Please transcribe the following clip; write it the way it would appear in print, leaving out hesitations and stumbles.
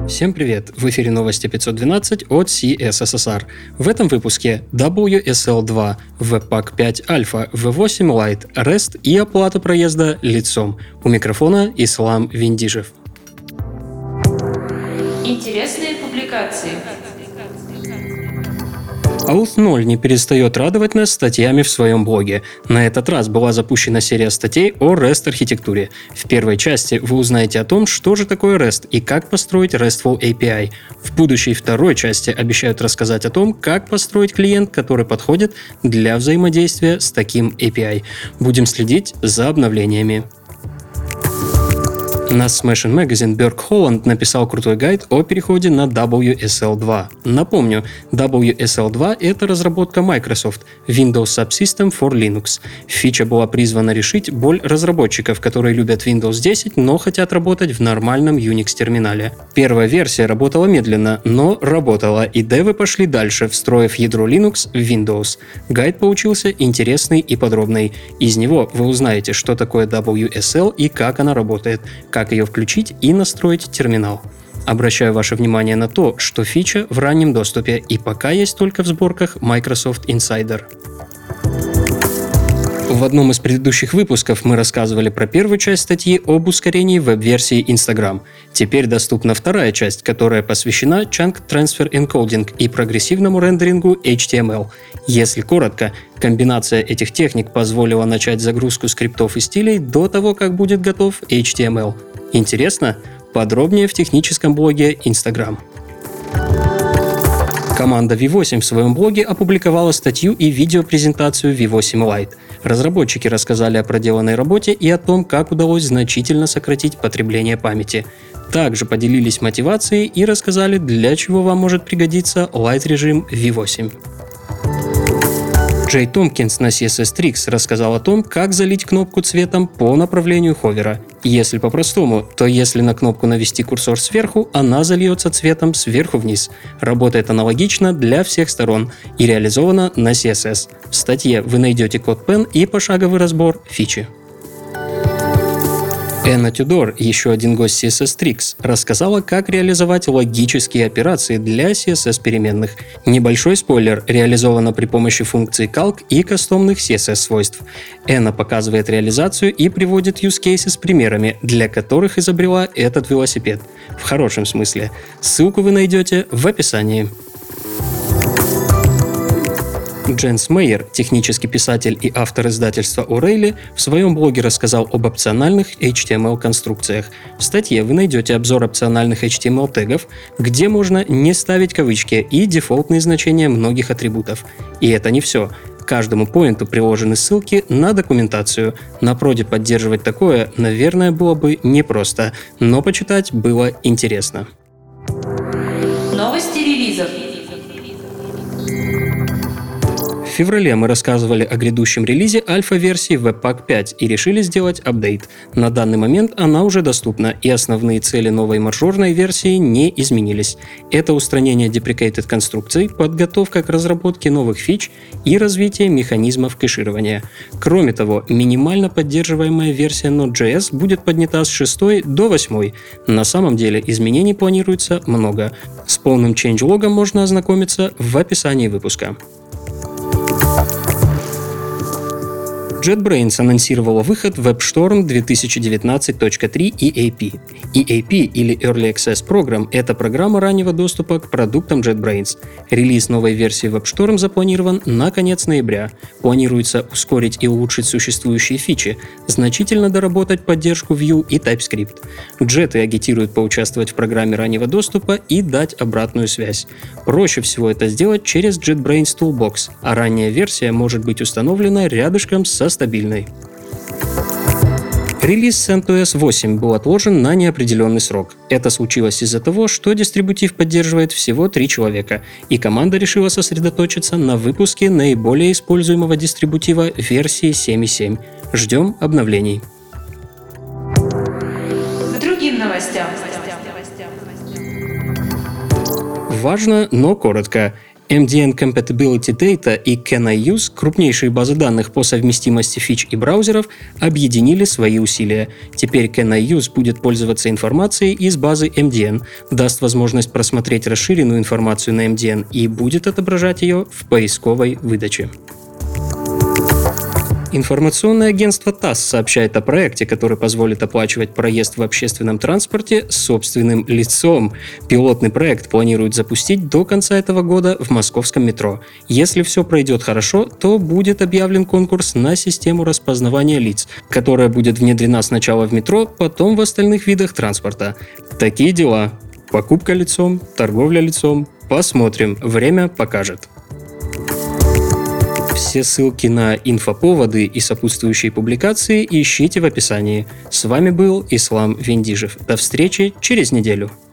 Всем привет! В эфире новости 512 от CSSR. В этом выпуске WSL2, Webpack 5 Alpha, V8 Lite, REST и оплата проезда лицом. У микрофона Ислам Виндижев. Интересные публикации. Auth 0 не перестает радовать нас статьями в своем блоге. На этот раз была запущена серия статей о REST-архитектуре. В первой части вы узнаете о том, что же такое REST и как построить RESTful API. В будущей второй части обещают рассказать о том, как построить клиент, который подходит для взаимодействия с таким API. Будем следить за обновлениями. На Smashing Magazine Берг Холланд написал крутой гайд о переходе на WSL2. Напомню, WSL2 — это разработка Microsoft Windows Subsystem for Linux. Фича была призвана решить боль разработчиков, которые любят Windows 10, но хотят работать в нормальном Unix-терминале. Первая версия работала медленно, но работала, и девы пошли дальше, встроив ядро Linux в Windows. Гайд получился интересный и подробный. Из него вы узнаете, что такое WSL и как она работает, как ее включить и настроить терминал. Обращаю ваше внимание на то, что фича в раннем доступе и пока есть только в сборках Microsoft Insider. В одном из предыдущих выпусков мы рассказывали про первую часть статьи об ускорении веб-версии Instagram. Теперь доступна вторая часть, которая посвящена Chunk Transfer Encoding и прогрессивному рендерингу HTML. Если коротко, комбинация этих техник позволила начать загрузку скриптов и стилей до того, как будет готов HTML. Интересно? Подробнее в техническом блоге Instagram. Команда V8 в своем блоге опубликовала статью и видеопрезентацию V8 Lite. Разработчики рассказали о проделанной работе и о том, как удалось значительно сократить потребление памяти. Также поделились мотивацией и рассказали, для чего вам может пригодиться Lite-режим V8. Джей Томпкинс на CSS Tricks рассказал о том, как залить кнопку цветом по направлению ховера. Если по-простому, то если на кнопку навести курсор сверху, она зальется цветом сверху вниз. Работает аналогично для всех сторон и реализована на CSS. В статье вы найдете CodePen и пошаговый разбор фичи. Энна Тюдор, еще один гость CSS Tricks, рассказала, как реализовать логические операции для CSS-переменных. Небольшой спойлер, реализовано при помощи функции calc и кастомных CSS-свойств. Энна показывает реализацию и приводит use cases с примерами, для которых изобрела этот велосипед. В хорошем смысле. Ссылку вы найдете в описании. Дженс Мейер, технический писатель и автор издательства O'Reilly, в своем блоге рассказал об опциональных HTML-конструкциях. В статье вы найдете обзор опциональных HTML-тегов, где можно не ставить кавычки и дефолтные значения многих атрибутов. И это не все. К каждому поинту приложены ссылки на документацию. На проде поддерживать такое, наверное, было бы непросто, но почитать было интересно. Новости релизов. В феврале мы рассказывали о грядущем релизе альфа-версии Webpack 5 и решили сделать апдейт. На данный момент она уже доступна, и основные цели новой мажорной версии не изменились. Это устранение deprecated конструкций, подготовка к разработке новых фич и развитие механизмов кэширования. Кроме того, минимально поддерживаемая версия Node.js будет поднята с 6 до 8. На самом деле изменений планируется много. С полным changelog'ом можно ознакомиться в описании выпуска. JetBrains анонсировала выход WebStorm 2019.3 EAP. EAP или Early Access Program — это программа раннего доступа к продуктам JetBrains. Релиз новой версии WebStorm запланирован на конец ноября. Планируется ускорить и улучшить существующие фичи, значительно доработать поддержку Vue и TypeScript. Джеты агитируют поучаствовать в программе раннего доступа и дать обратную связь. Проще всего это сделать через JetBrains Toolbox, а ранняя версия может быть установлена рядышком со стабильной. Релиз CentOS 8 был отложен на неопределенный срок. Это случилось из-за того, что дистрибутив поддерживает всего 3 человека, и команда решила сосредоточиться на выпуске наиболее используемого дистрибутива версии 7.7. Ждем обновлений. К другим новостям. Важно, но коротко. MDN Compatibility Data и Can I Use, крупнейшие базы данных по совместимости фич и браузеров, объединили свои усилия. Теперь Can I Use будет пользоваться информацией из базы MDN, даст возможность просмотреть расширенную информацию на MDN и будет отображать ее в поисковой выдаче. Информационное агентство ТАСС сообщает о проекте, который позволит оплачивать проезд в общественном транспорте собственным лицом. Пилотный проект планируют запустить до конца этого года в московском метро. Если все пройдет хорошо, то будет объявлен конкурс на систему распознавания лиц, которая будет внедрена сначала в метро, потом в остальных видах транспорта. Такие дела. Покупка лицом, торговля лицом. Посмотрим, время покажет. Все ссылки на инфоповоды и сопутствующие публикации ищите в описании. С вами был Ислам Виндижев. До встречи через неделю.